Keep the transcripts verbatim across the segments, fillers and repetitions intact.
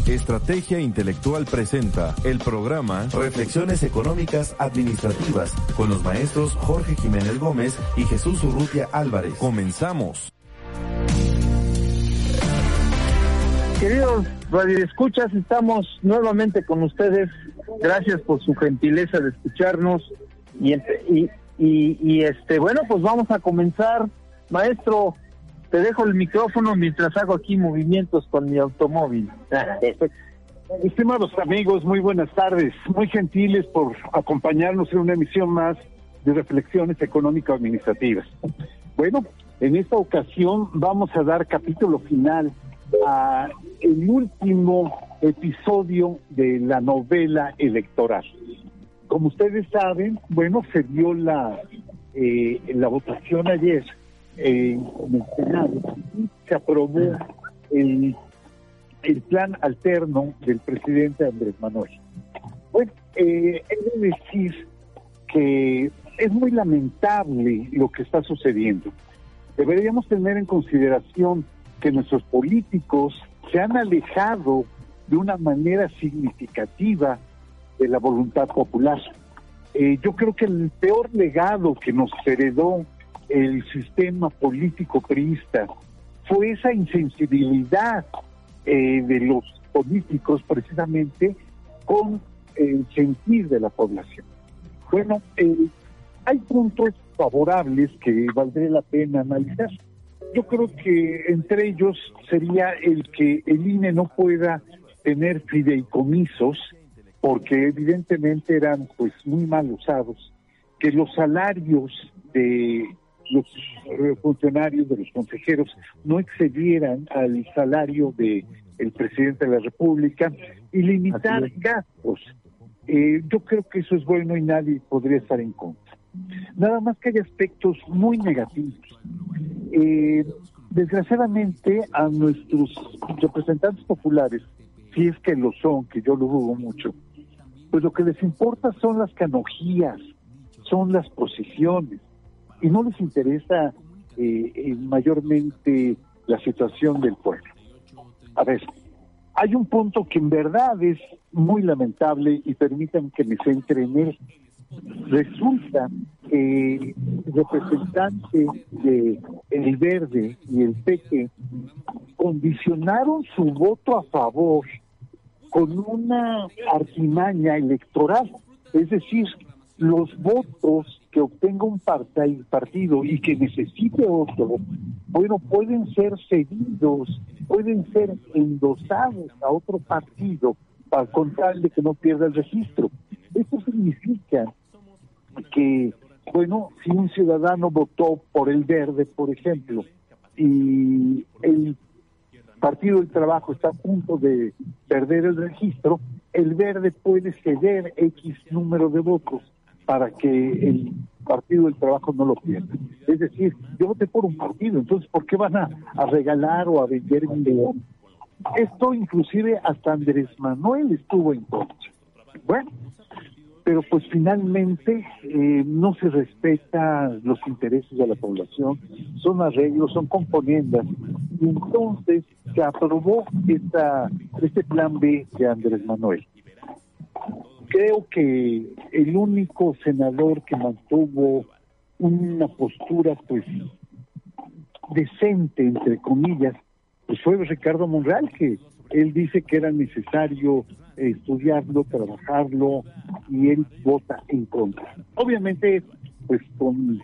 Estrategia Intelectual presenta el programa Reflexiones Económicas Administrativas con los maestros Jorge Jiménez Gómez y Jesús Urrutia Álvarez. Comenzamos. Queridos radioescuchas, estamos nuevamente con ustedes. Gracias por su gentileza de escucharnos. Y, y, y, y este, bueno, pues vamos a comenzar. Maestro, te dejo el micrófono mientras hago aquí movimientos con mi automóvil. Estimados amigos, muy buenas tardes. Muy gentiles por acompañarnos en una emisión más de Reflexiones Económico-Administrativas. Bueno, en esta ocasión vamos a dar capítulo final a el último episodio de la novela electoral. Como ustedes saben, bueno, se dio la, eh, la votación ayer Eh, en el Senado y se aprobó el, el plan alterno del presidente Andrés Manuel. Bueno, eh, he de decir que es muy lamentable lo que está sucediendo. Deberíamos tener en consideración que nuestros políticos se han alejado de una manera significativa de la voluntad popular. Eh, yo creo que el peor legado que nos heredó el sistema político priista fue esa insensibilidad eh, de los políticos precisamente con el sentir de la población. Bueno, eh, hay puntos favorables que valdría la pena analizar. Yo creo que entre ellos sería el que el I N E no pueda tener fideicomisos, porque evidentemente eran pues muy mal usados, que los salarios de los funcionarios, de los consejeros, no excedieran al salario de el presidente de la República y limitar gastos. Eh, yo creo que eso es bueno y nadie podría estar en contra. Nada más que hay aspectos muy negativos. Eh, desgraciadamente a nuestros representantes populares, si es que lo son, que yo lo dudo mucho, pues lo que les importa son las canonjías, son las posiciones, y no les interesa eh, eh, mayormente la situación del pueblo. A ver, hay un punto que en verdad es muy lamentable y permítanme que me centre en él. Resulta que el representante de El Verde y el P T condicionaron su voto a favor con una artimaña electoral, es decir, los votos que obtenga un partido y que necesite otro, bueno, pueden ser cedidos, pueden ser endosados a otro partido para contar de que no pierda el registro. Esto significa que, bueno, si un ciudadano votó por El Verde, por ejemplo, y el Partido del Trabajo está a punto de perder el registro, El Verde puede ceder X número de votos para que el Partido del Trabajo no lo pierda. Es decir, yo voté por un partido, entonces ¿por qué van a, a regalar o a vender un león? Esto inclusive hasta Andrés Manuel estuvo en contra. Bueno, pero pues finalmente eh, no se respetan los intereses de la población, son arreglos, son componendas, y entonces se aprobó esta, este plan B de Andrés Manuel. Creo que el único senador que mantuvo una postura pues decente, entre comillas, pues fue Ricardo Monreal, que él dice que era necesario estudiarlo, trabajarlo, y él vota en contra. Obviamente, pues con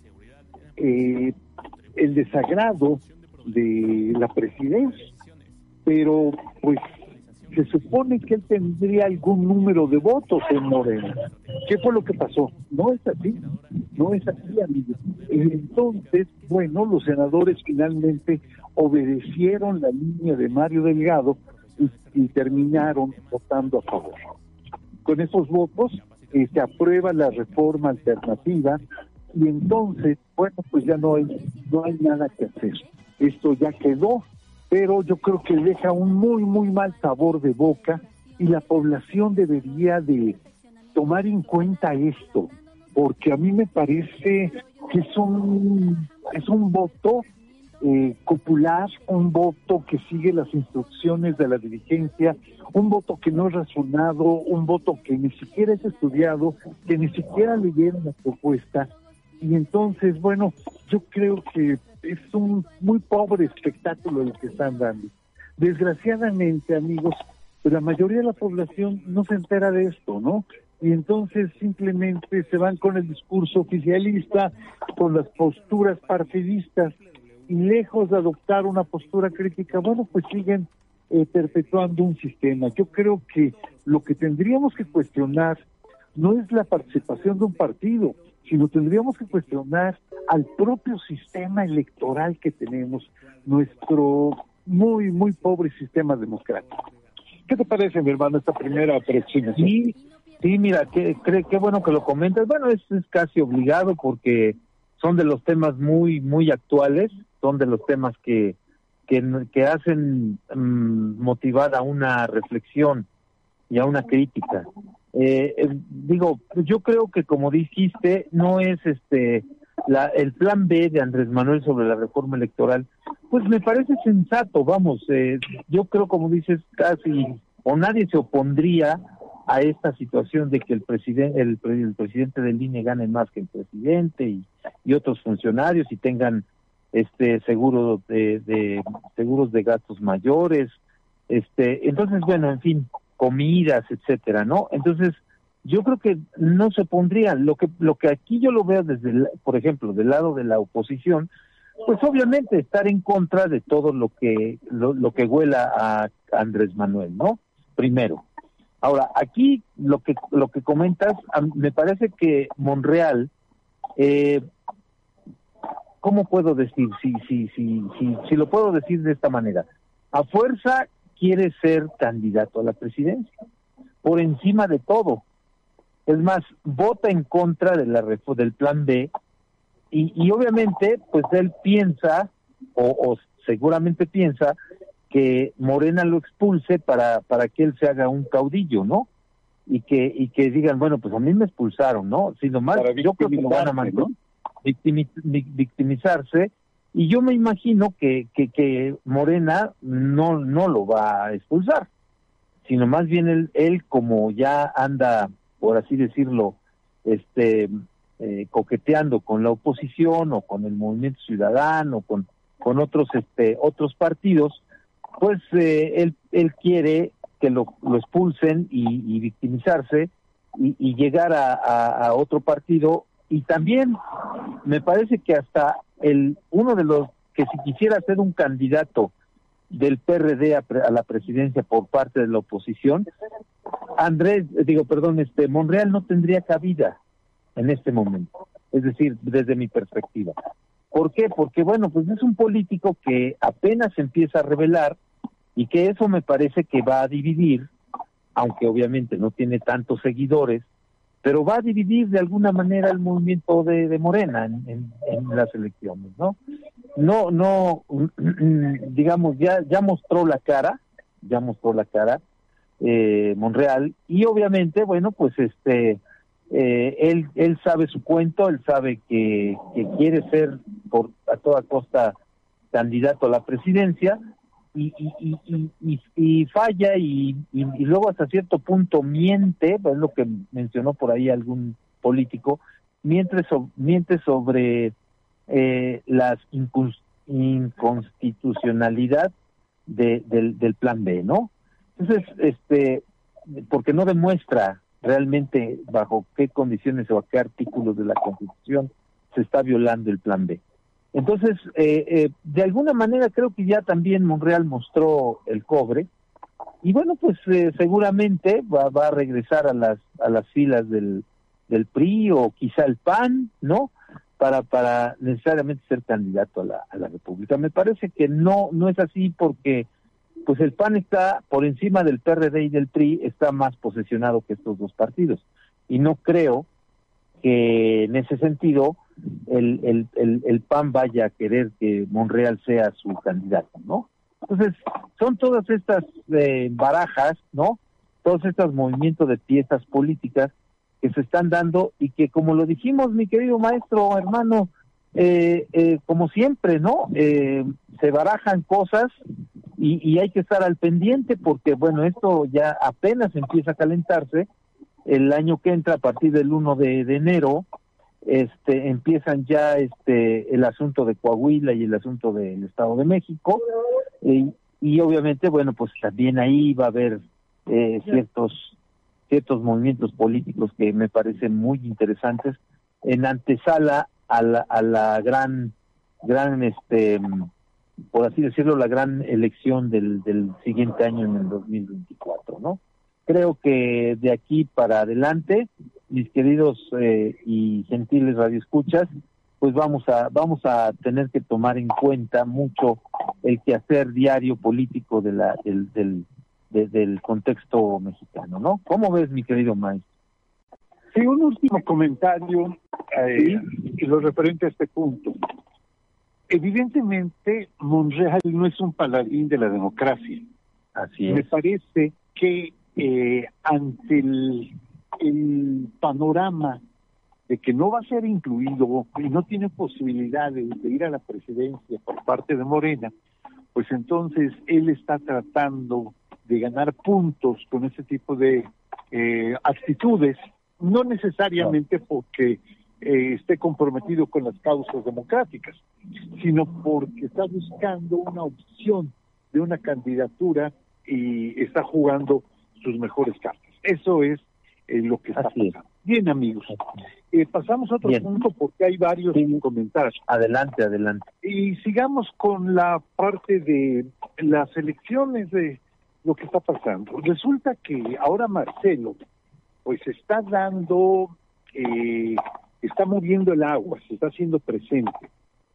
eh, el desagrado de la presidencia, pero pues se supone que él tendría algún número de votos en Morena. ¿Qué fue lo que pasó? No es así, no es así, amigos. Entonces, bueno, los senadores finalmente obedecieron la línea de Mario Delgado y, y terminaron votando a favor. Con esos votos eh, se aprueba la reforma alternativa y entonces, bueno, pues ya no hay, no hay nada que hacer. Esto ya quedó, pero yo creo que deja un muy, muy mal sabor de boca y la población debería de tomar en cuenta esto, porque a mí me parece que es un, es un voto eh, copular, un voto que sigue las instrucciones de la dirigencia, un voto que no es razonado, un voto que ni siquiera es estudiado, que ni siquiera leyeron la propuesta. Y entonces, bueno, yo creo que es un muy pobre espectáculo el que están dando. Desgraciadamente, amigos, pues la mayoría de la población no se entera de esto, ¿no? Y entonces simplemente se van con el discurso oficialista, con las posturas partidistas, y lejos de adoptar una postura crítica, bueno, pues siguen eh, perpetuando un sistema. Yo creo que lo que tendríamos que cuestionar no es la participación de un partido, sino tendríamos que cuestionar al propio sistema electoral que tenemos, nuestro muy, muy pobre sistema democrático. ¿Qué te parece, mi hermano, esta primera aproximación? Sí, sí, mira, qué qué, qué bueno que lo comentas. Bueno, es, es casi obligado porque son de los temas muy, muy actuales, son de los temas que, que, que hacen um, motivar a una reflexión y a una crítica. Eh, eh, digo, yo creo que como dijiste, no es este la, el plan B de Andrés Manuel sobre la reforma electoral, pues me parece sensato, vamos, eh, yo creo como dices, casi, o nadie se opondría a esta situación de que el presidente el, el presidente del I N E gane más que el presidente y, y otros funcionarios y tengan este seguro de, de seguros de gastos mayores, este entonces bueno, en fin, comidas, etcétera, ¿no? Entonces, yo creo que no se pondrían. Lo que lo que aquí yo lo veo desde, el, por ejemplo, del lado de la oposición, pues obviamente estar en contra de todo lo que lo, lo que huela a Andrés Manuel, ¿no? Primero. Ahora, aquí lo que lo que comentas, me parece que Monreal, eh, ¿cómo puedo decir? Si si si si si lo puedo decir de esta manera, a fuerza quiere ser candidato a la presidencia, por encima de todo. Es más, vota en contra de la del plan B, y, y obviamente, pues él piensa, o, o seguramente piensa, que Morena lo expulse para, para que él se haga un caudillo, ¿no? Y que, y que digan, bueno, pues a mí me expulsaron, ¿no? Si nomás, yo creo que lo van a mandar, ¿no? Victimi, victimizarse. Y yo me imagino que, que, que Morena no, no lo va a expulsar, sino más bien él, él como ya anda, por así decirlo, este eh, coqueteando con la oposición o con el Movimiento Ciudadano, con, con otros este otros partidos, pues eh, él, él quiere que lo, lo expulsen y, y victimizarse y, y llegar a, a, a otro partido. Y también me parece que hasta el uno de los que si quisiera ser un candidato del P R D a, a la presidencia por parte de la oposición, Andrés, digo, perdón, este Monreal no tendría cabida en este momento, es decir, desde mi perspectiva. ¿Por qué? Porque, bueno, pues es un político que apenas empieza a revelar y que eso me parece que va a dividir, aunque obviamente no tiene tantos seguidores, pero va a dividir de alguna manera el movimiento de, de Morena en, en, en las elecciones, ¿no? No, no, digamos, ya ya mostró la cara, ya mostró la cara, eh, Monreal, y obviamente, bueno, pues este, eh, él él sabe su cuento, él sabe que, que quiere ser por a toda costa candidato a la presidencia, y y y y, y, y falla y, y y luego hasta cierto punto miente, es lo que mencionó por ahí algún político, miente sobre, miente sobre eh, las inconstitucionalidad de, del, del plan B, ¿no? Entonces, este, porque no demuestra realmente bajo qué condiciones o a qué artículos de la Constitución se está violando el plan B. Entonces, eh, eh, de alguna manera creo que ya también Monreal mostró el cobre, y bueno, pues eh, seguramente va, va a regresar a las a las filas del, del P R I o quizá el P A N, ¿no? Para para necesariamente ser candidato a la a la República. Me parece que no no es así porque pues el P A N está por encima del P R D y del P R I, está más posesionado que estos dos partidos, y no creo que en ese sentido el, el, el, el P A N vaya a querer que Monreal sea su candidato, ¿no? Entonces, son todas estas eh, barajas, ¿no? Todos estos movimientos de piezas políticas que se están dando y que, como lo dijimos, mi querido maestro, hermano, eh, eh, como siempre, ¿no? Eh, se barajan cosas y, y hay que estar al pendiente porque, bueno, esto ya apenas empieza a calentarse. El año que entra, a partir del uno de, de enero, este, empiezan ya este el asunto de Coahuila y el asunto del Estado de México, eh, y obviamente, bueno, pues también ahí va a haber eh, ciertos ciertos movimientos políticos que me parecen muy interesantes en antesala a la, a la gran gran este por así decirlo la gran elección del del siguiente año, en el dos mil veinticuatro, ¿no? Creo que de aquí para adelante, mis queridos eh, y gentiles radioescuchas, pues vamos a vamos a tener que tomar en cuenta mucho el quehacer diario político de la del del, de, del contexto mexicano, ¿no? ¿Cómo ves, mi querido maestro? Sí, un último comentario eh, y lo referente a este punto. Evidentemente, Monreal no es un paladín de la democracia. Así es. Me parece que eh, ante el, el panorama de que no va a ser incluido y no tiene posibilidades de ir a la presidencia por parte de Morena, pues entonces él está tratando de ganar puntos con ese tipo de eh, actitudes, no necesariamente porque eh, esté comprometido con las causas democráticas, sino porque está buscando una opción de una candidatura y está jugando sus mejores cartas. Eso es eh, lo que está Así pasando. Es. Bien, amigos. Eh, pasamos a otro Bien. punto porque hay varios Sí. comentarios. Adelante, adelante. Y sigamos con la parte de las elecciones, de lo que está pasando. Resulta que ahora Marcelo, pues está dando, eh, está moviendo el agua, se está haciendo presente.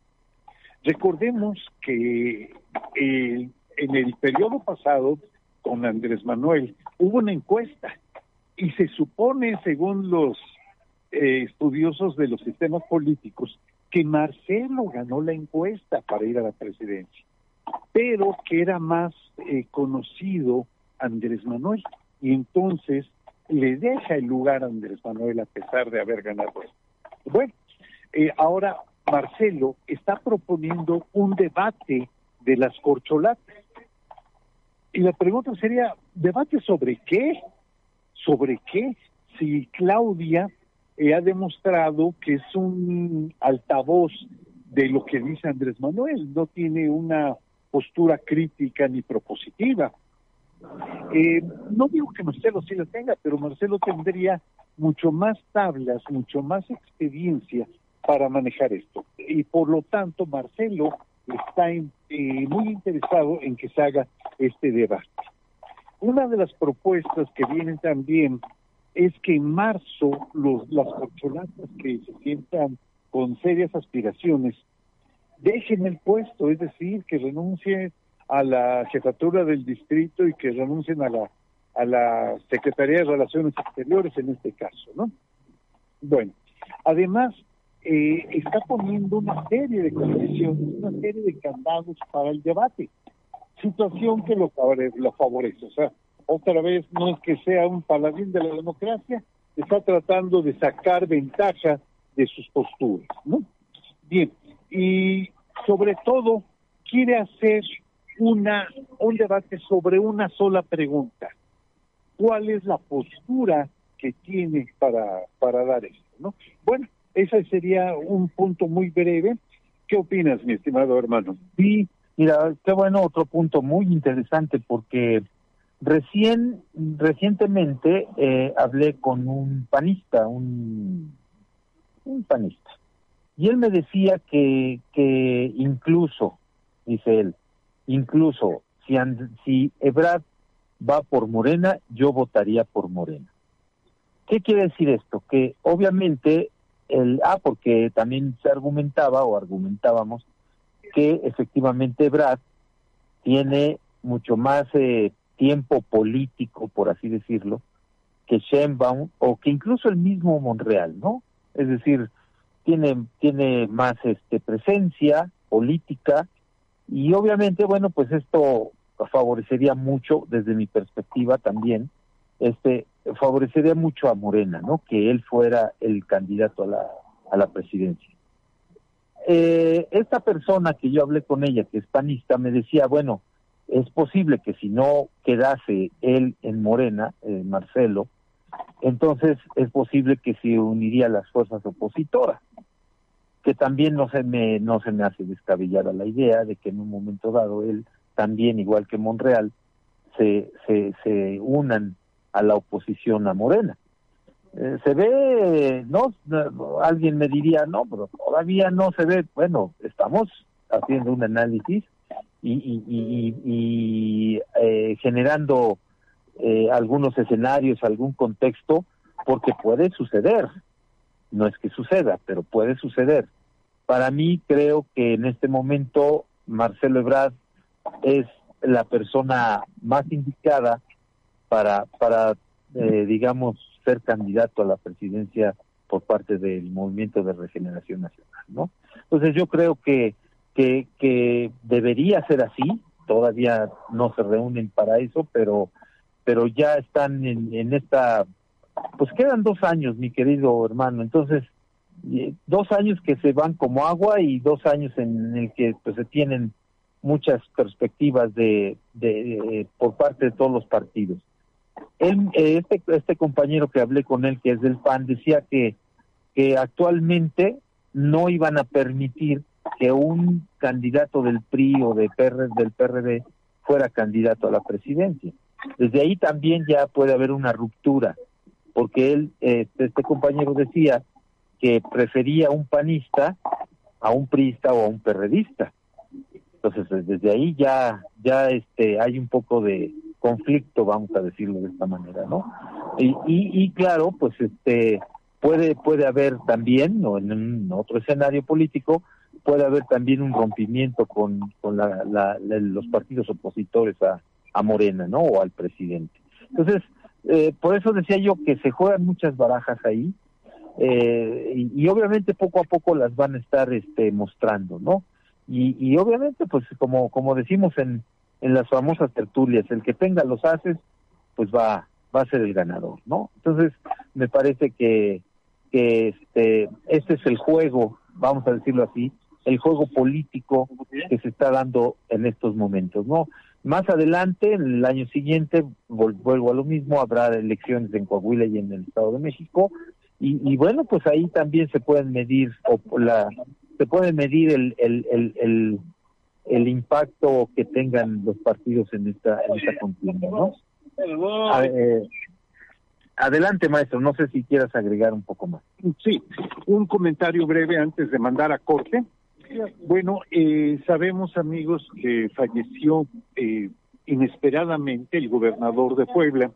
Recordemos que eh, en el periodo pasado, con Andrés Manuel, hubo una encuesta y se supone, según los eh, estudiosos de los sistemas políticos, que Marcelo ganó la encuesta para ir a la presidencia, pero que era más eh, conocido Andrés Manuel, y entonces le deja el lugar a Andrés Manuel a pesar de haber ganado. Bueno, eh, ahora Marcelo está proponiendo un debate de las corcholatas. Y la pregunta sería, ¿debate sobre qué? ¿Sobre qué? Si Claudia eh, ha demostrado que es un altavoz de lo que dice Andrés Manuel, no tiene una postura crítica ni propositiva. Eh, no digo que Marcelo sí la tenga, pero Marcelo tendría mucho más tablas, mucho más experiencia para manejar esto. Y por lo tanto, Marcelo está en, eh, muy interesado en que se haga este debate. Una de las propuestas que vienen también es que en marzo los, las corcholatas que se sientan con serias aspiraciones dejen el puesto, es decir, que renuncien a la jefatura del distrito y que renuncien a la a la Secretaría de Relaciones Exteriores en este caso, ¿no? Bueno, además eh, está poniendo una serie de condiciones, una serie de candados para el debate, situación que lo, lo favorece. O sea, otra vez no es que sea un paladín de la democracia, está tratando de sacar ventaja de sus posturas, ¿no? Bien, y sobre todo quiere hacer una un debate sobre una sola pregunta. ¿Cuál es la postura que tiene para, para dar esto, ¿no? Bueno, ese sería un punto muy breve. ¿Qué opinas, mi estimado hermano? Sí, mira, qué bueno, otro punto muy interesante, porque recién, recientemente eh, hablé con un panista, un, un panista, y él me decía que, que incluso, dice él, incluso si, And, si Ebrard va por Morena, yo votaría por Morena. ¿Qué quiere decir esto? Que obviamente, el ah, porque también se argumentaba o argumentábamos que efectivamente Ebrard tiene mucho más eh, tiempo político, por así decirlo, que Sheinbaum o que incluso el mismo Monreal, ¿no? Es decir, tiene tiene más este presencia política y obviamente, bueno, pues esto favorecería mucho, desde mi perspectiva también, este favorecería mucho a Morena, ¿no? Que él fuera el candidato a la a la presidencia. eh, esta persona que yo hablé con ella, que es panista, me decía, bueno, es posible que si no quedase él en Morena, eh, Marcelo, entonces es posible que se uniría a las fuerzas opositoras, que también no se me no se me hace descabellada la idea de que en un momento dado él también, igual que Monreal, se se, se unan a la oposición a Morena. Eh, se ve, no, alguien me diría, no, pero todavía no se ve. Bueno, estamos haciendo un análisis y, y, y, y eh, generando eh, algunos escenarios, algún contexto, porque puede suceder. No es que suceda, pero puede suceder. Para mí, creo que en este momento Marcelo Ebrard es la persona más indicada para, para eh, digamos, ser candidato a la presidencia por parte del Movimiento de Regeneración Nacional, ¿no? Entonces yo creo que, que, que debería ser así. Todavía no se reúnen para eso, pero, pero ya están en, en esta... Pues quedan dos años, mi querido hermano, entonces dos años que se van como agua y dos años en el que pues se tienen muchas perspectivas de, de, de por parte de todos los partidos. Él, este este compañero que hablé con él, que es del P A N, decía que que actualmente no iban a permitir que un candidato del P R I o de P R, del P R D fuera candidato a la presidencia. Desde ahí también ya puede haber una ruptura, porque él, este, este compañero decía que prefería un panista a un priista o a un perredista. Entonces, desde ahí ya ya este hay un poco de conflicto, vamos a decirlo de esta manera, ¿no? Y, y, y claro, pues este puede puede haber también, o en un otro escenario político, puede haber también un rompimiento con, con la, la, la, los partidos opositores a, a Morena, ¿no? O al presidente. Entonces, eh, por eso decía yo que se juegan muchas barajas ahí, eh, y, y obviamente poco a poco las van a estar este mostrando, ¿no? Y, y obviamente, pues como como decimos en, en las famosas tertulias, el que tenga los haces, pues va va a ser el ganador, ¿no? Entonces, me parece que que este este es el juego, vamos a decirlo así, el juego político que se está dando en estos momentos, ¿no? Más adelante, en el año siguiente, vuelvo a lo mismo, habrá elecciones en Coahuila y en el Estado de México, y, y bueno, pues ahí también se pueden medir o la se puede medir el el, el el el impacto que tengan los partidos en esta en esta contienda, ¿no? A, eh, adelante, maestro, no sé si quieras agregar un poco más. Sí, un comentario breve antes de mandar a corte. Bueno, eh, sabemos, amigos, que falleció eh, inesperadamente el gobernador de Puebla,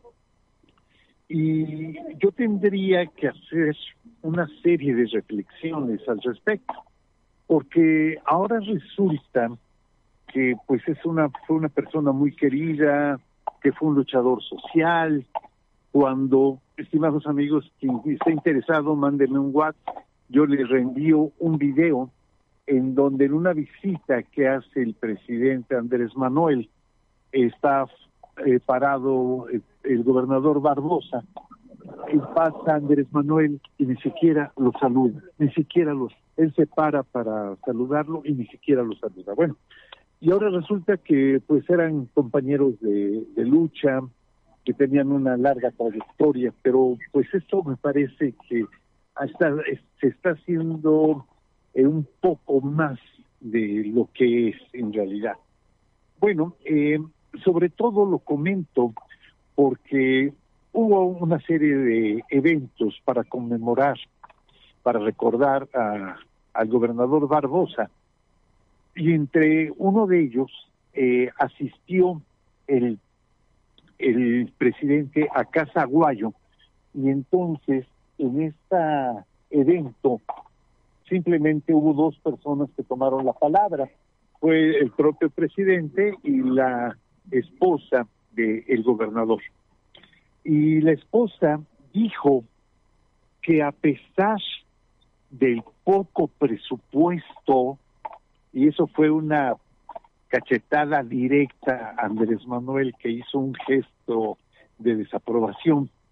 y yo tendría que hacer una serie de reflexiones al respecto, porque ahora resulta que pues es una fue una persona muy querida, que fue un luchador social. Cuando, estimados amigos, quien esté interesado, mándeme un WhatsApp, yo les reenvío un video en donde en una visita que hace el presidente Andrés Manuel está eh, parado el, el gobernador Barbosa, y pasa Andrés Manuel y ni siquiera lo saluda, ni siquiera los, él se para para saludarlo y ni siquiera lo saluda. Bueno, y ahora resulta que pues eran compañeros de, de lucha, que tenían una larga trayectoria, pero pues esto me parece que hasta se está haciendo eh, un poco más de lo que es en realidad. Bueno, eh, sobre todo lo comento porque hubo una serie de eventos para conmemorar, para recordar a, al gobernador Barbosa, y entre uno de ellos eh, asistió el el presidente a Casa Aguayo, y entonces en este evento simplemente hubo dos personas que tomaron la palabra, fue el propio presidente y la esposa del gobernador. Y la esposa dijo que a pesar del poco presupuesto, y eso fue una cachetada directa a Andrés Manuel, que hizo un gesto de desaprobación,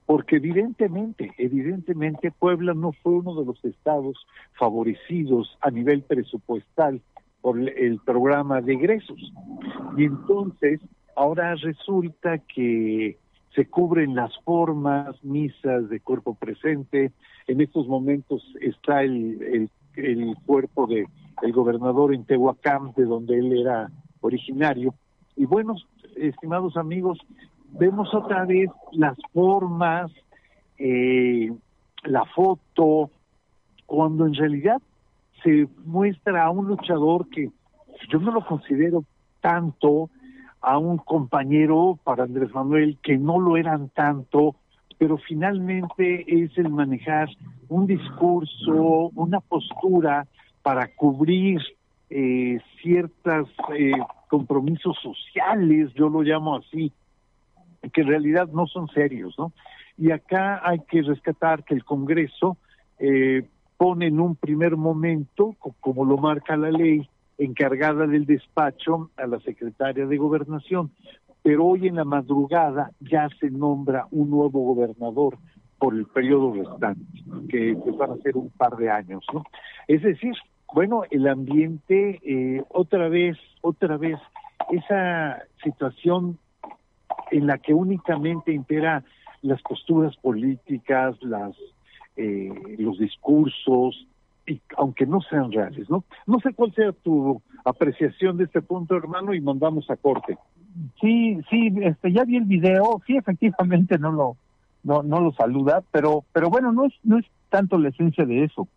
porque evidentemente, evidentemente Puebla no fue uno de los estados favorecidos a nivel presupuestal por el programa de egresos. Y entonces, ahora resulta que se cubren las formas, misas de cuerpo presente. En estos momentos está el, el, el cuerpo de el gobernador en Tehuacán, de donde él era originario. Y bueno, estimados amigos, vemos otra vez las formas, eh, la foto, cuando en realidad se muestra a un luchador que yo no lo considero tanto, a un compañero para Andrés Manuel que no lo eran tanto, pero finalmente es el manejar un discurso, una postura para cubrir eh, ciertos eh, compromisos sociales, yo lo llamo así, que en realidad no son serios, ¿no? Y acá hay que rescatar que el Congreso eh, pone en un primer momento, como lo marca la ley, encargada del despacho a la secretaria de Gobernación, pero hoy en la madrugada ya se nombra un nuevo gobernador por el periodo restante, que pues, van a ser un par de años, ¿no? Es decir, bueno, el ambiente, eh, otra vez, otra vez, esa situación en la que únicamente impera las posturas políticas, las eh, los discursos, y aunque no sean reales, ¿no? No sé cuál sea tu apreciación de este punto, hermano, y mandamos a corte. Sí, sí, este, ya vi el video, sí, efectivamente no lo, no, no lo saluda, pero, pero bueno, no es, no es tanto la esencia de eso.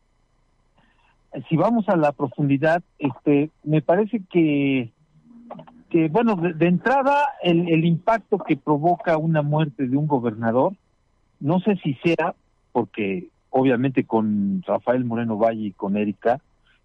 Si vamos a la profundidad, este, me parece que, que bueno, de, de entrada el, el impacto que provoca una muerte de un gobernador, no sé si sea porque obviamente con Rafael Moreno Valle y con Erika,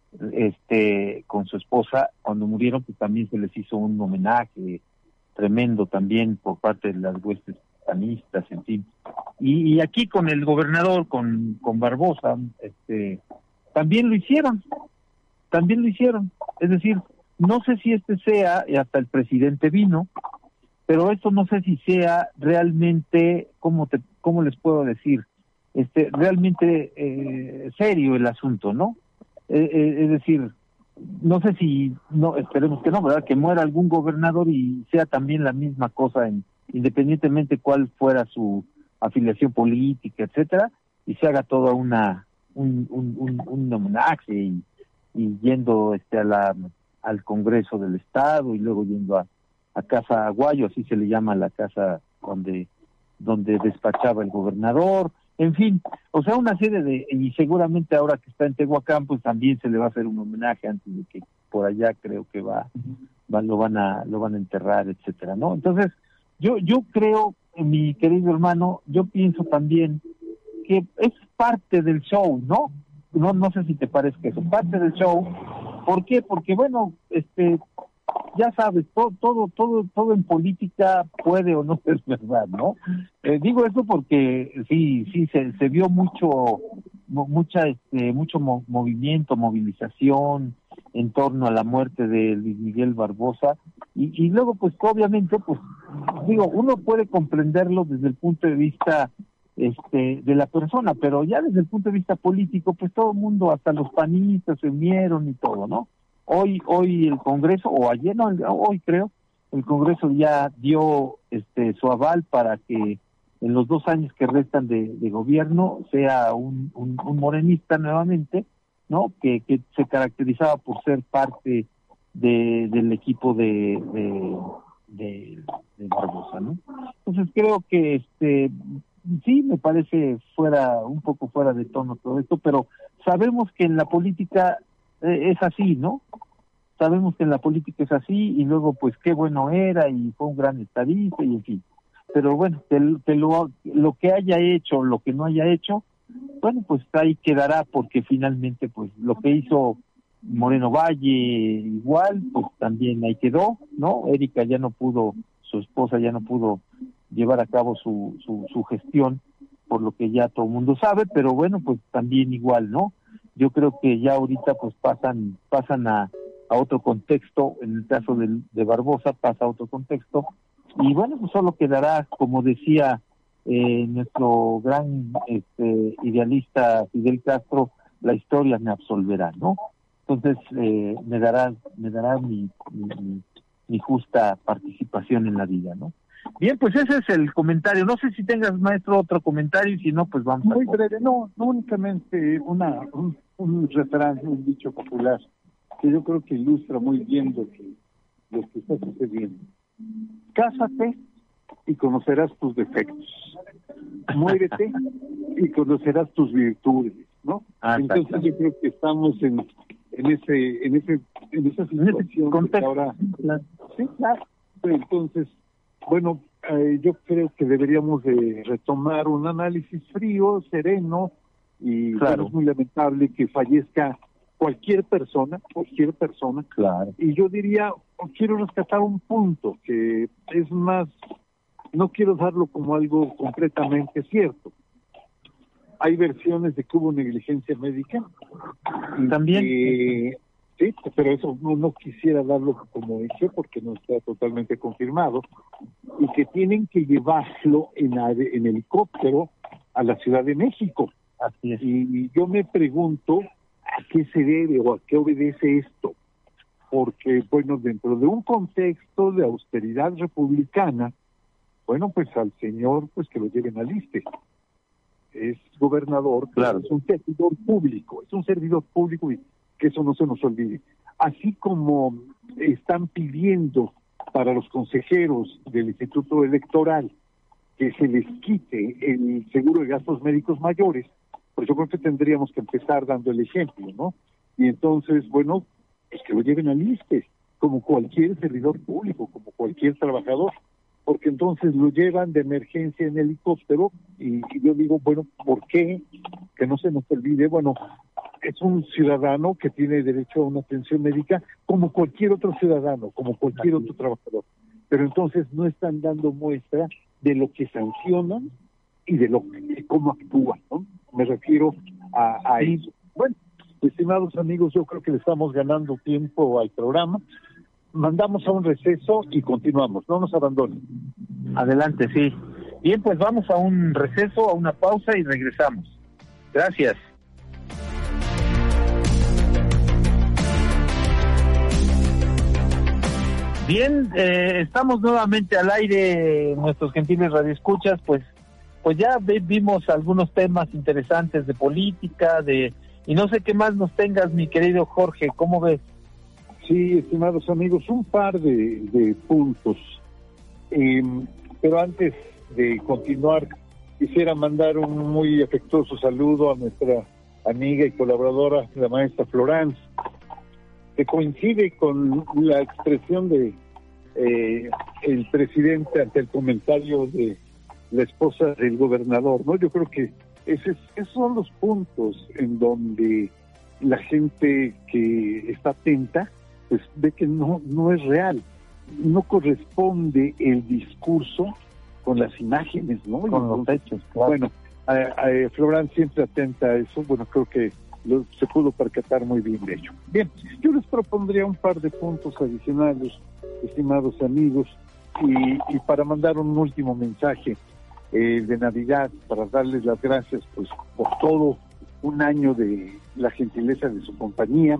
este, con su esposa, cuando murieron, pues también se les hizo un homenaje tremendo también por parte de las huestes panistas, en fin. Y, y aquí con el gobernador, con, con Barbosa, este, también lo hicieron, también lo hicieron. Es decir, no sé si este sea, y hasta el presidente vino, pero esto no sé si sea realmente, ¿cómo te, cómo les puedo decir? Este, realmente eh, serio el asunto, ¿no? Eh, eh, es decir, no sé si, no, esperemos que no, ¿verdad? Que muera algún gobernador y sea también la misma cosa, en, independientemente cuál fuera su afiliación política, etcétera, y se haga toda una un un, un, un homenaje y, y yendo este a la al Congreso del Estado y luego yendo a, a Casa Aguayo, así se le llama la casa donde donde despachaba el gobernador. En fin, o sea, una serie de, y seguramente ahora que está en Tehuacán, pues también se le va a hacer un homenaje antes de que por allá creo que va, va lo van a, lo van a enterrar, etcétera, ¿no? Entonces, yo, yo creo, mi querido hermano, yo pienso también que es parte del show, ¿no? No, no sé si te parece eso, parte del show. ¿Por qué? Porque bueno, este, ya sabes, todo, todo, todo, todo en política puede o no ser verdad, ¿no? Eh, digo eso porque sí, sí, se, se vio mucho, mucha, este, mucho mo- movimiento, movilización en torno a la muerte de Luis Miguel Barbosa y, y luego, pues, obviamente, pues, digo, uno puede comprenderlo desde el punto de vista este de la persona, pero ya desde el punto de vista político, pues todo el mundo, hasta los panistas se unieron y todo, ¿no? Hoy, hoy el Congreso, o ayer, no, hoy creo, el Congreso ya dio este su aval para que en los dos años que restan de, de gobierno sea un, un, un morenista nuevamente, ¿no? Que, que se caracterizaba por ser parte de del equipo de, de, de, de Barbosa, ¿no? Entonces creo que este sí me parece fuera, un poco fuera de tono todo esto, pero sabemos que en la política eh, es así, ¿no? Sabemos que en la política es así, y luego pues qué bueno era, y fue un gran estadista, y en fin. Pero bueno, que, que lo, lo que haya hecho, lo que no haya hecho, bueno, pues ahí quedará, porque finalmente pues lo que hizo Moreno Valle igual, pues también ahí quedó, ¿no? Erika ya no pudo, su esposa ya no pudo llevar a cabo su, su, su gestión, por lo que ya todo el mundo sabe, pero bueno, pues también igual, ¿no? Yo creo que ya ahorita pues pasan pasan a, a otro contexto, en el caso de, de Barbosa pasa a otro contexto, y bueno, pues solo quedará, como decía eh, nuestro gran este, idealista Fidel Castro, la historia me absolverá, ¿no? Entonces eh, me dará, me dará mi, mi, mi justa participación en la vida, ¿no? Bien, pues ese es el comentario. No sé si tengas, maestro, otro comentario, y si no, pues vamos. Muy breve, no, no únicamente una un, un refrán, un dicho popular, que yo creo que ilustra muy bien lo que, lo que está sucediendo. Cásate y conocerás tus defectos. Muérete y conocerás tus virtudes, ¿no? Ah, entonces yo creo que estamos en, en ese, en ese, en esa situación que ahora. Sí, claro. Entonces, bueno, eh, yo creo que deberíamos de retomar un análisis frío, sereno, y claro. Bueno, es muy lamentable que fallezca cualquier persona, cualquier persona. Claro. Y yo diría, quiero rescatar un punto que es más, no quiero darlo como algo completamente cierto. Hay versiones de que hubo negligencia médica. También. Que, sí, pero eso no, no quisiera darlo como hecho porque no está totalmente confirmado. Y que tienen que llevarlo en, en helicóptero a la Ciudad de México. Así es. Y yo me pregunto a qué se debe o a qué obedece esto. Porque, bueno, dentro de un contexto de austeridad republicana, bueno, pues al señor, pues que lo lleven al ISSSTE. Es gobernador, claro. Es un servidor público, es un servidor público y que eso no se nos olvide. Así como están pidiendo para los consejeros del Instituto Electoral que se les quite el seguro de gastos médicos mayores, pues yo creo que tendríamos que empezar dando el ejemplo, ¿no? Y entonces, bueno, es que lo lleven al ISSSTE, como cualquier servidor público, como cualquier trabajador, porque entonces lo llevan de emergencia en helicóptero y, y yo digo, bueno, ¿por qué? Que no se nos olvide, bueno, es un ciudadano que tiene derecho a una atención médica como cualquier otro ciudadano, como cualquier otro trabajador, pero entonces no están dando muestra de lo que sancionan y de lo de cómo actúan, ¿no? Me refiero a, a eso. Bueno, estimados amigos, yo creo que le estamos ganando tiempo al programa. Mandamos a un receso y continuamos, no nos abandonen. Adelante, sí. Bien, pues vamos a un receso, a una pausa y regresamos. Gracias. Bien, eh, estamos nuevamente al aire, nuestros gentiles radioescuchas, pues pues ya vimos algunos temas interesantes de política, de y no sé qué más nos tengas, mi querido Jorge, ¿cómo ves? Sí, estimados amigos, un par de, de puntos. Eh, pero antes de continuar, quisiera mandar un muy afectuoso saludo a nuestra amiga y colaboradora, la maestra Florence, que coincide con la expresión de eh, el presidente ante el comentario de la esposa del gobernador, ¿no? Yo creo que ese, esos son los puntos en donde la gente que está atenta pues ve que no no es real, no corresponde el discurso con las imágenes, ¿no? Con los hechos, claro. Bueno, a, a Florán siempre atenta a eso, bueno, creo que lo, se pudo percatar muy bien de ello. Bien, yo les propondría un par de puntos adicionales, estimados amigos, y, y para mandar un último mensaje eh, de Navidad, para darles las gracias pues por todo un año de la gentileza de su compañía,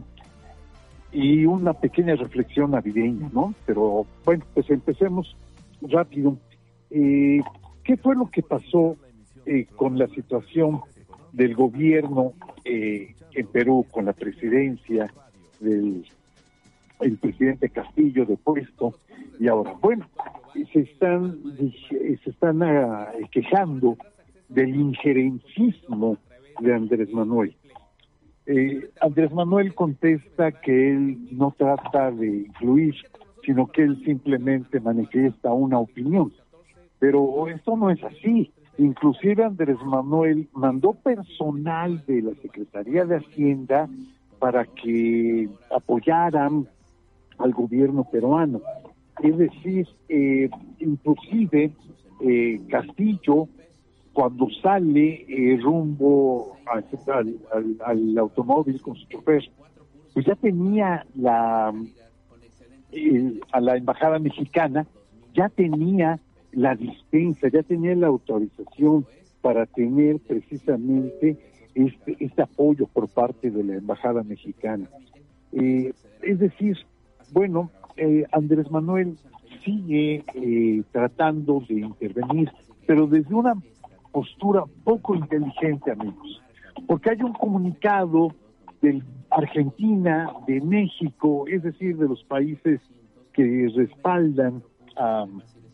y una pequeña reflexión navideña, ¿no? Pero bueno, pues empecemos rápido. Eh, ¿Qué fue lo que pasó eh, con la situación del gobierno eh, en Perú, con la presidencia del el presidente Castillo depuesto? Y ahora, bueno, se están se están uh, quejando del injerencismo de Andrés Manuel. Eh, Andrés Manuel contesta que él no trata de influir, sino que él simplemente manifiesta una opinión. Pero esto no es así. Inclusive Andrés Manuel mandó personal de la Secretaría de Hacienda para que apoyaran al gobierno peruano. Es decir, eh, inclusive eh, Castillo, cuando sale eh, rumbo al, al, al automóvil con su chofer, pues ya tenía la eh, a la embajada mexicana, ya tenía la dispensa, ya tenía la autorización para tener precisamente este, este apoyo por parte de la Embajada Mexicana. Eh, es decir, bueno, eh, Andrés Manuel sigue eh, tratando de intervenir, pero desde una postura poco inteligente, amigos, porque hay un comunicado de Argentina, de México, es decir, de los países que respaldan a,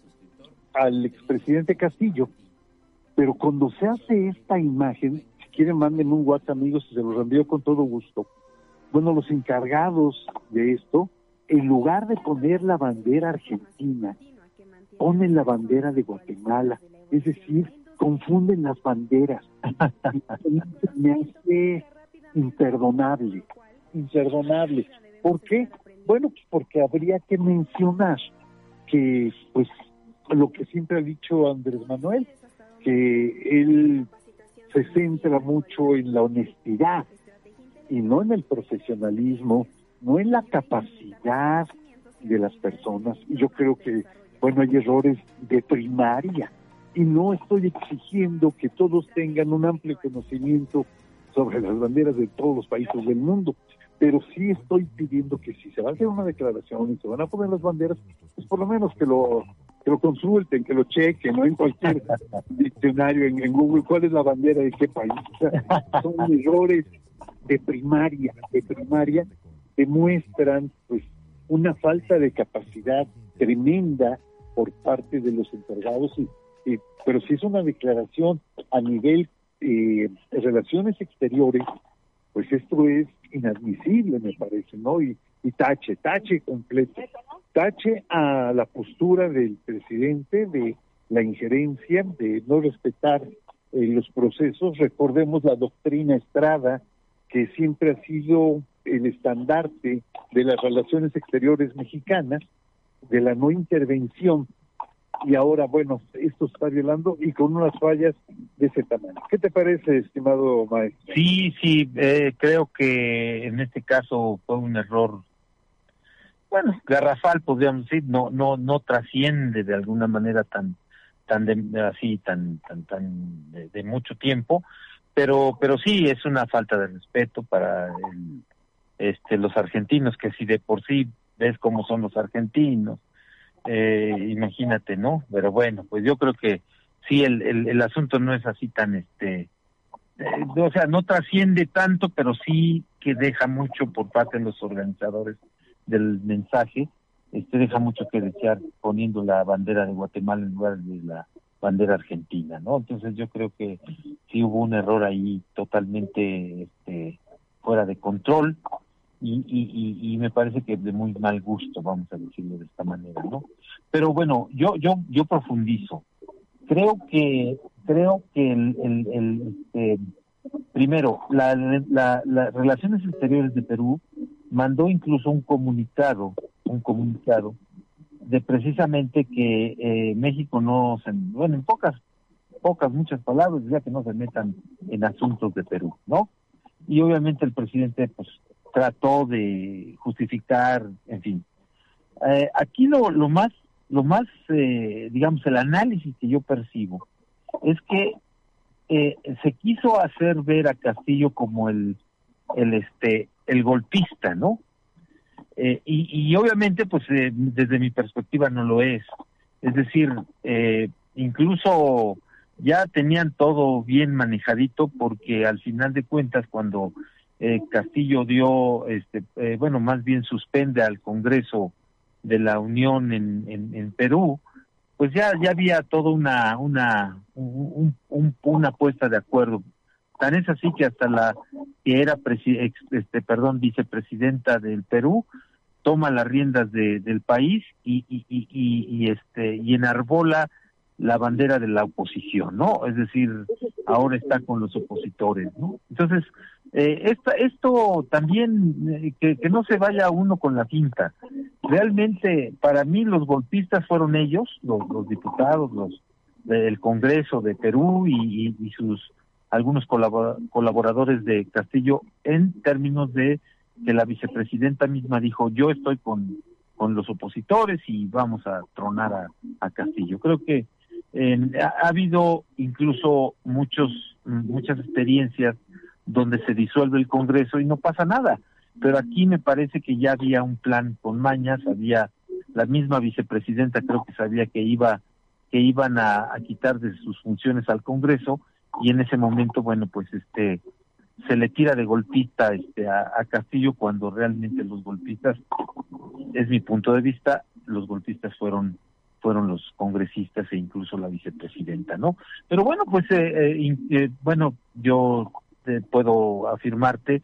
al expresidente Castillo, pero cuando se hace esta imagen, si quieren manden un WhatsApp, amigos, y se los envío con todo gusto. Bueno, los encargados de esto, en lugar de poner la bandera argentina, ponen la bandera de Guatemala, es decir, confunden las banderas. Me hace imperdonable, imperdonable. ¿Por qué? Bueno, pues porque habría que mencionar que, pues, lo que siempre ha dicho Andrés Manuel, que él se centra mucho en la honestidad y no en el profesionalismo, no en la capacidad de las personas. Y yo creo que, bueno, hay errores de primaria, y no estoy exigiendo que todos tengan un amplio conocimiento sobre las banderas de todos los países del mundo, pero sí estoy pidiendo que si se va a hacer una declaración y se van a poner las banderas, pues por lo menos que lo que lo consulten, que lo chequen, no en cualquier diccionario, en, en Google, cuál es la bandera de qué país. O sea, son errores de primaria, de primaria, demuestran pues una falta de capacidad tremenda por parte de los encargados, y, y, pero si es una declaración a nivel eh, de relaciones exteriores, pues esto es inadmisible, me parece, ¿no? Y, y tache, tache completo, tache a la postura del presidente de la injerencia, de no respetar eh, los procesos. Recordemos la doctrina Estrada, que siempre ha sido el estandarte de las relaciones exteriores mexicanas, de la no intervención, y ahora, bueno, esto está violando y con unas fallas de ese tamaño. ¿Qué te parece, estimado maestro? Sí, sí, eh, creo que en este caso fue un error, bueno, garrafal, podríamos decir, no no no trasciende de alguna manera tan tan de, así tan tan tan de, de mucho tiempo, pero pero sí es una falta de respeto para el, este los argentinos, que si de por sí ves cómo son los argentinos, eh, imagínate, ¿no? Pero bueno, pues yo creo que sí, el el, el asunto no es así tan este eh, o sea, no trasciende tanto, pero sí que deja mucho por parte de los organizadores del mensaje, este deja mucho que desear poniendo la bandera de Guatemala en lugar de la bandera argentina, ¿no? Entonces yo creo que sí hubo un error ahí totalmente este fuera de control, y, y, y, y me parece que de muy mal gusto, vamos a decirlo de esta manera, ¿no? Pero bueno, yo yo yo profundizo. Creo que creo que el, el, el este, primero la, la las relaciones exteriores de Perú mandó incluso un comunicado, un comunicado de precisamente que eh, México no se, bueno, en pocas, pocas, muchas palabras, ya que no se metan en asuntos de Perú, ¿no? Y obviamente el presidente, pues, trató de justificar, en fin. Eh, aquí lo, lo más, lo más, eh, digamos, el análisis que yo percibo es que eh, se quiso hacer ver a Castillo como el, el, este, el golpista, ¿no? Eh, y, y obviamente, pues, eh, desde mi perspectiva no lo es. Es decir, eh, incluso ya tenían todo bien manejadito, porque al final de cuentas, cuando eh, Castillo dio, este, eh, bueno, más bien suspende al Congreso de la Unión en, en, en Perú, pues ya ya había toda una una un, un, una puesta de acuerdo. Tan es así que hasta la que era presi, ex, este perdón vicepresidenta del Perú toma las riendas de, del país y, y, y, y, y este y enarbola la bandera de la oposición, ¿no? Es decir, ahora está con los opositores, ¿no? Entonces, eh, esta, esto también, eh, que, que no se vaya uno con la finta. Realmente, para mí, los golpistas fueron ellos, los, los diputados, los del Congreso de Perú y, y, y sus algunos colabor, colaboradores de Castillo, en términos de que la vicepresidenta misma dijo, yo estoy con con los opositores y vamos a tronar a, a Castillo. Creo que eh, ha, ha habido incluso muchos muchas experiencias donde se disuelve el Congreso y no pasa nada, pero aquí me parece que ya había un plan con mañas, había la misma vicepresidenta, creo que sabía que iba que iban a, a quitar de sus funciones al Congreso, y en ese momento, bueno, pues este se le tira de golpista este a, a Castillo, cuando realmente los golpistas, es mi punto de vista, los golpistas fueron fueron los congresistas e incluso la vicepresidenta, ¿no? Pero bueno, pues eh, eh, eh, bueno, yo eh, puedo afirmarte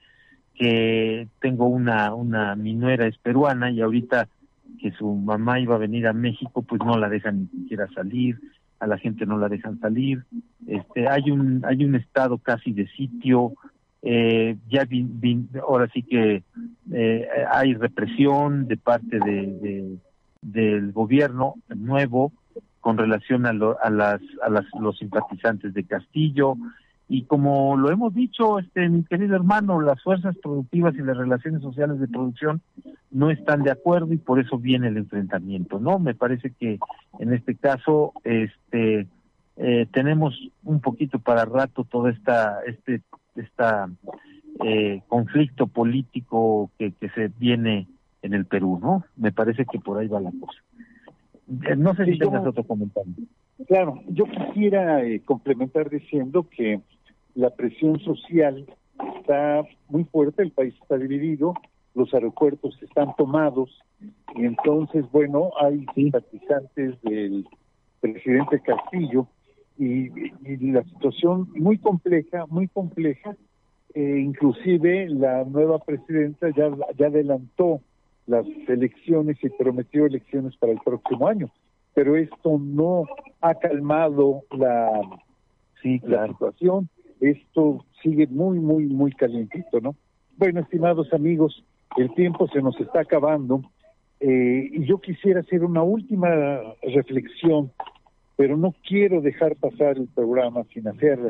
que tengo una una mi nuera es peruana, y ahorita que su mamá iba a venir a México, pues no la dejan ni siquiera salir, a la gente no la dejan salir, este hay un hay un estado casi de sitio, eh, ya vin, vin, ahora sí que eh, hay represión de parte de, de del gobierno nuevo con relación a, lo, a las a las los simpatizantes de Castillo. Y como lo hemos dicho, este mi querido hermano, las fuerzas productivas y las relaciones sociales de producción no están de acuerdo, y por eso viene el enfrentamiento, ¿no? Me parece que en este caso este eh, tenemos un poquito para rato todo esta este esta eh, conflicto político que, que se viene en el Perú, ¿no? Me parece que por ahí va la cosa. Eh, no sé si sí, tengas yo, otro comentario. Claro, yo quisiera eh, complementar diciendo que la presión social está muy fuerte, el país está dividido, los aeropuertos están tomados, y entonces, bueno, hay simpatizantes del presidente Castillo, y, y la situación muy compleja, muy compleja, eh, inclusive la nueva presidenta ya, ya adelantó las elecciones y prometió elecciones para el próximo año, pero esto no ha calmado la, sí, la situación. Esto sigue muy, muy, muy calientito, ¿no? Bueno, estimados amigos, el tiempo se nos está acabando, eh, y yo quisiera hacer una última reflexión, pero no quiero dejar pasar el programa sin hacerla.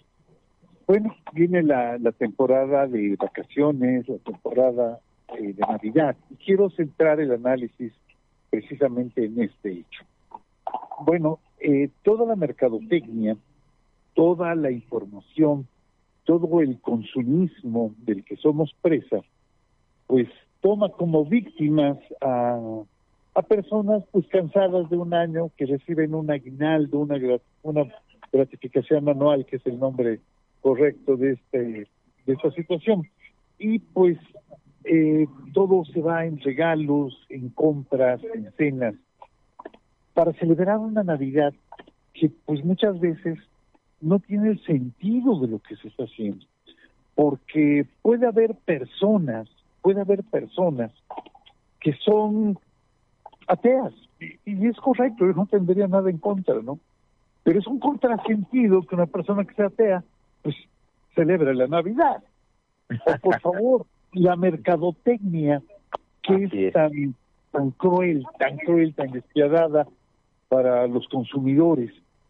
Bueno, viene la, la temporada de vacaciones, la temporada eh, de Navidad, y quiero centrar el análisis precisamente en este hecho. Bueno, eh, toda la mercadotecnia, toda la información, todo el consumismo del que somos presa, pues toma como víctimas a, a personas pues cansadas de un año, que reciben un aguinaldo, una, una gratificación anual, que es el nombre correcto de este de esta situación, y pues eh, todo se va en regalos, en compras, en cenas, para celebrar una Navidad que pues muchas veces no tiene el sentido de lo que se está haciendo, porque puede haber personas, puede haber personas que son ateas, y, y es correcto, yo no tendría nada en contra, ¿no? Pero es un contrasentido que una persona que sea atea, pues, celebre la Navidad. O, por favor, la mercadotecnia, que es, es tan, tan cruel, tan cruel, tan despiadada para los consumidores.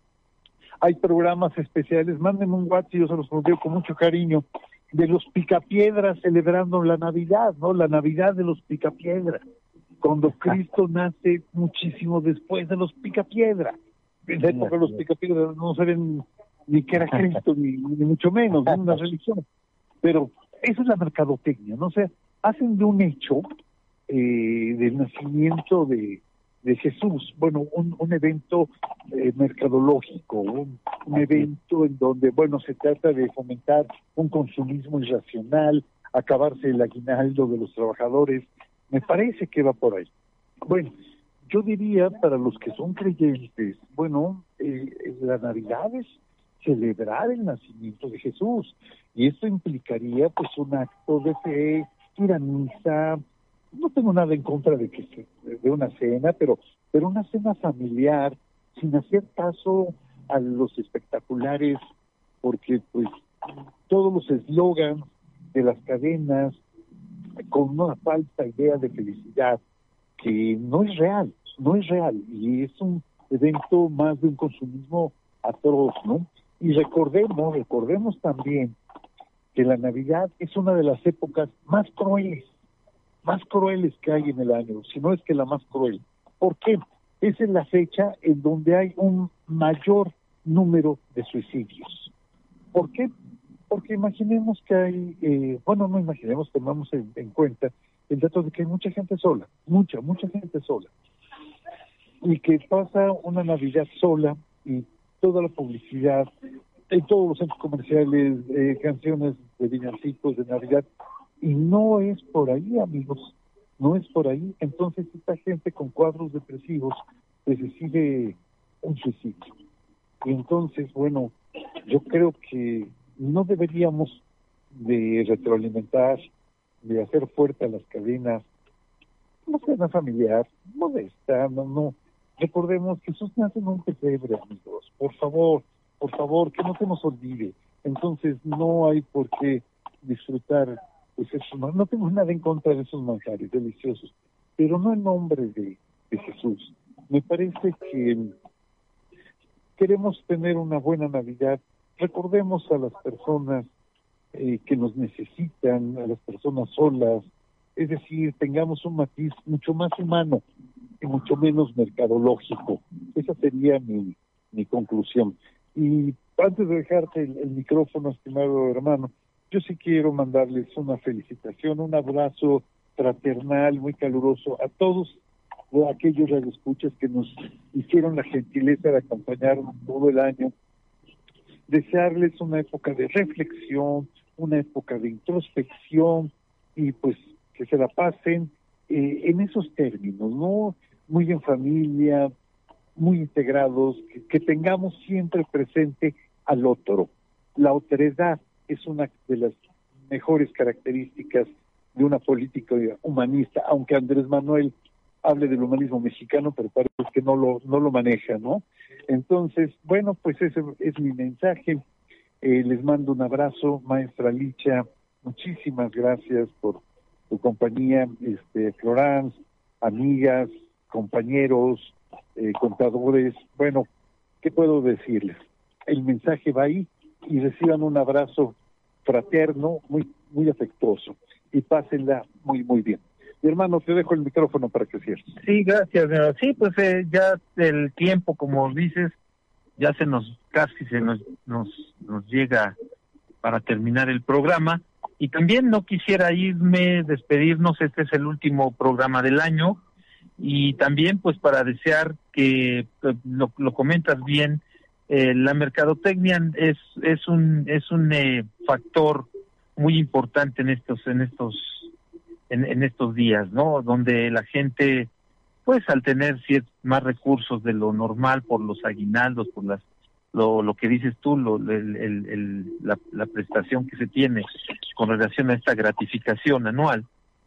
Hay programas especiales, mándenme un WhatsApp y yo se los envío con mucho cariño, de los picapiedras celebrando la Navidad, ¿no? La Navidad de los picapiedras, cuando Cristo nace muchísimo después de los picapiedras. En la época los picapiedras no saben ni que era Cristo, ni, ni mucho menos, ni una religión. Pero esa es la mercadotecnia, ¿no? O sea, hacen de un hecho eh, del nacimiento de, de Jesús, bueno, un, un evento eh, mercadológico, un, un evento en donde, bueno, se trata de fomentar un consumismo irracional, acabarse el aguinaldo de los trabajadores. Me parece que va por ahí. Bueno, yo diría para los que son creyentes, bueno, eh, la Navidad es celebrar el nacimiento de Jesús, y esto implicaría pues un acto de fe, ir a misa. No tengo nada en contra de que se, de una cena, pero pero una cena familiar, sin hacer caso a los espectaculares, porque pues todos los eslogans de las cadenas, con una falsa idea de felicidad que no es real, no es real, y es un evento más de un consumismo atroz, ¿no? Y recordemos, recordemos también que la Navidad es una de las épocas más crueles, más crueles que hay en el año, si no es que la más cruel. ¿Por qué? Esa es la fecha en donde hay un mayor número de suicidios. ¿Por qué? Porque imaginemos que hay, eh, bueno, no imaginemos, tomamos en, en cuenta el dato de que hay mucha gente sola, mucha, mucha gente sola, y que pasa una Navidad sola y toda la publicidad, en todos los centros comerciales, eh, canciones de villancicos de Navidad, y no es por ahí, amigos, no es por ahí. Entonces esta gente con cuadros depresivos pues decide un suicidio. Y entonces, bueno, yo creo que no deberíamos de retroalimentar, de hacer fuerte a las cadenas, no cadena familiar, modesta, no, no. Recordemos que Jesús nace en un pesebre, amigos, por favor, por favor, que no se nos olvide. Entonces no hay por qué disfrutar, pues eso, no, no tengo nada en contra de esos manjares deliciosos, pero no en nombre de, de Jesús. Me parece que queremos tener una buena Navidad. Recordemos a las personas eh, que nos necesitan, a las personas solas, es decir, tengamos un matiz mucho más humano y mucho menos mercadológico. Esa sería mi, mi conclusión. Y antes de dejarte el, el micrófono, estimado hermano, yo sí quiero mandarles una felicitación, un abrazo fraternal, muy caluroso a todos aquellos radioescuchas que nos hicieron la gentileza de acompañarnos todo el año. Desearles una época de reflexión, una época de introspección, y pues que se la pasen eh, en esos términos, ¿no? Muy en familia, muy integrados, que, que tengamos siempre presente al otro. La otredad es una de las mejores características de una política humanista, aunque Andrés Manuel hable del humanismo mexicano, pero parece que no lo no lo maneja, ¿no? Entonces, bueno, pues ese es mi mensaje. Eh, les mando un abrazo, maestra Licha, muchísimas gracias por tu compañía, este, Florence, amigas, compañeros, eh, contadores. Bueno, ¿qué puedo decirles? El mensaje va ahí, y reciban un abrazo fraterno, muy muy afectuoso, y pásenla muy, muy bien. Mi hermano, te dejo el micrófono para que cierres. Sí, gracias. Sí, pues eh, ya el tiempo, como dices, ya se nos, casi se nos, nos, nos llega para terminar el programa. Y también no quisiera irme, despedirnos, este es el último programa del año, y también pues para desear que, lo, lo comentas bien, eh, la mercadotecnia es, es un, es un eh, factor muy importante en estos, en estos En, en estos días, ¿no? Donde la gente, pues al tener ciertos más recursos de lo normal por los aguinaldos, por las lo, lo que dices tú, lo, el, el, el, la, la prestación que se tiene con relación a esta gratificación anual,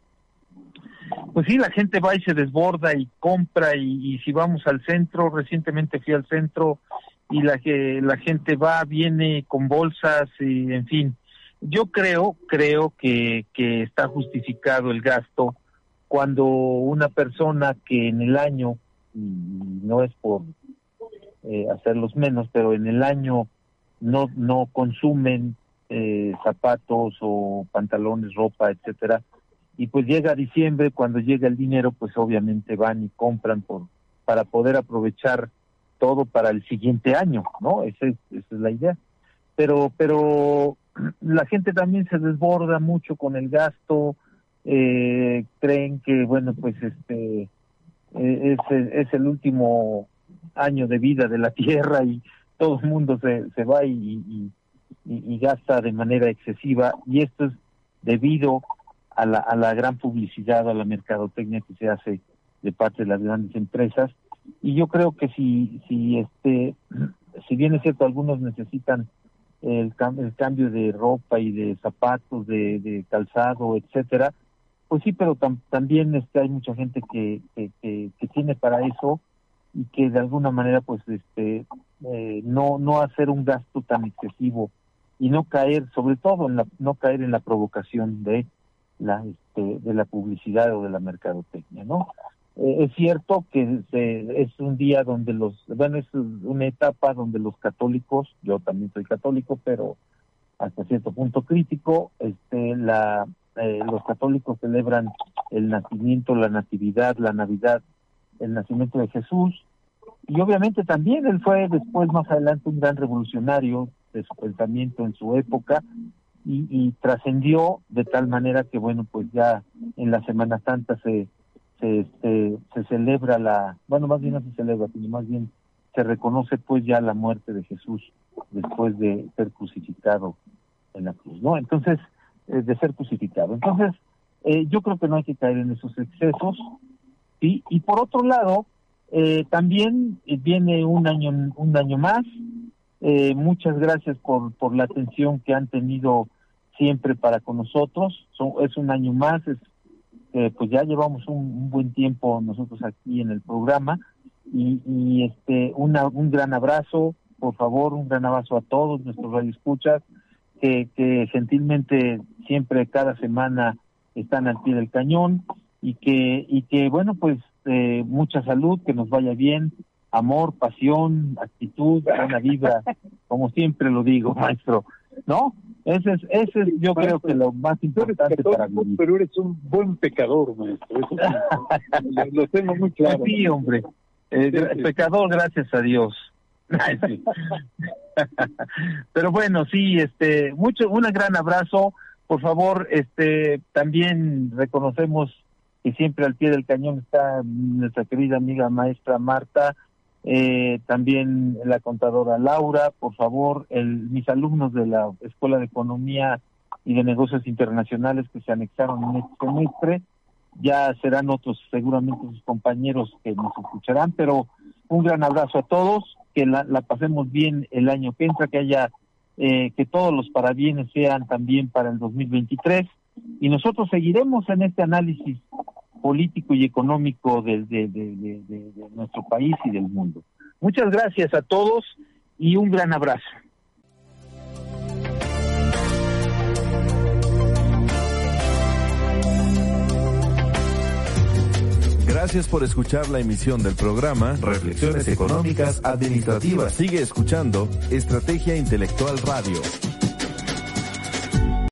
pues sí, la gente va y se desborda y compra, y, y si vamos al centro, recientemente fui al centro y la que la gente va, viene con bolsas y en fin. Yo creo, creo que, que está justificado el gasto cuando una persona que en el año, y no es por eh, hacerlos menos, pero en el año no no consumen eh, zapatos o pantalones, ropa, etcétera, y pues llega diciembre, cuando llega el dinero, pues obviamente van y compran por para poder aprovechar todo para el siguiente año, ¿no? Esa es, esa es la idea. Pero, pero la gente también se desborda mucho con el gasto, eh, creen que, bueno, pues este eh, es, es el último año de vida de la Tierra y todo el mundo se, se va y, y, y, y gasta de manera excesiva, y esto es debido a la, a la gran publicidad, a la mercadotecnia que se hace de parte de las grandes empresas. Y yo creo que si, si este, si bien es cierto, algunos necesitan El, cam- el cambio de ropa y de zapatos, de, de calzado, etcétera, pues sí, pero tam- también este, hay mucha gente que, que, que, que tiene para eso, y que de alguna manera pues este eh, no no hacer un gasto tan excesivo y no caer, sobre todo en la no caer en la provocación de la este, de la publicidad o de la mercadotecnia, ¿no? Eh, es cierto que se, es un día donde los, bueno, es una etapa donde los católicos, yo también soy católico, pero hasta cierto punto crítico, este, la eh, los católicos celebran el nacimiento, la natividad, la Navidad, el nacimiento de Jesús. Y obviamente también él fue después, más adelante, un gran revolucionario de su pensamiento en su época, y, y trascendió de tal manera que, bueno, pues ya en la Semana Santa se se, este, se celebra la, bueno, más bien no se celebra, sino más bien se reconoce pues ya la muerte de Jesús después de ser crucificado en la cruz, ¿no? Entonces, eh, de ser crucificado. Entonces, eh, yo creo que no hay que caer en esos excesos, ¿sí? Y por otro lado, eh, también viene un año, un año más. Eh, muchas gracias por, por la atención que han tenido siempre para con nosotros. Son, es un año más, es, eh, pues ya llevamos un, un buen tiempo nosotros aquí en el programa, y, y este una, un gran abrazo, por favor, un gran abrazo a todos nuestros radioescuchas que, que gentilmente siempre cada semana están al pie del cañón, y que, y que bueno, pues eh, mucha salud, que nos vaya bien, amor, pasión, actitud, buena vibra, como siempre lo digo, maestro, ¿no? Ese es, ese es yo creo que lo más importante para vivir. Pero eres un buen pecador, maestro, eso sí, lo, lo tengo muy claro. Sí, hombre, eh, sí, sí. Pecador, gracias a Dios. Sí. Pero bueno, sí, este, mucho, un gran abrazo, por favor, este, también reconocemos que siempre al pie del cañón está nuestra querida amiga maestra Marta, eh, también la contadora Laura, por favor, el, mis alumnos de la Escuela de Economía y de Negocios Internacionales que se anexaron en este semestre, ya serán otros seguramente sus compañeros que nos escucharán, pero un gran abrazo a todos, que la, la pasemos bien el año que entra, que haya, eh, que todos los parabienes sean también para el dos mil veintitrés, y nosotros seguiremos en este análisis político y económico de, de, de, de, de, de nuestro país y del mundo. Muchas gracias a todos y un gran abrazo. Gracias por escuchar la emisión del programa Reflexiones Económicas Administrativas. Sigue escuchando Estrategia Intelectual Radio.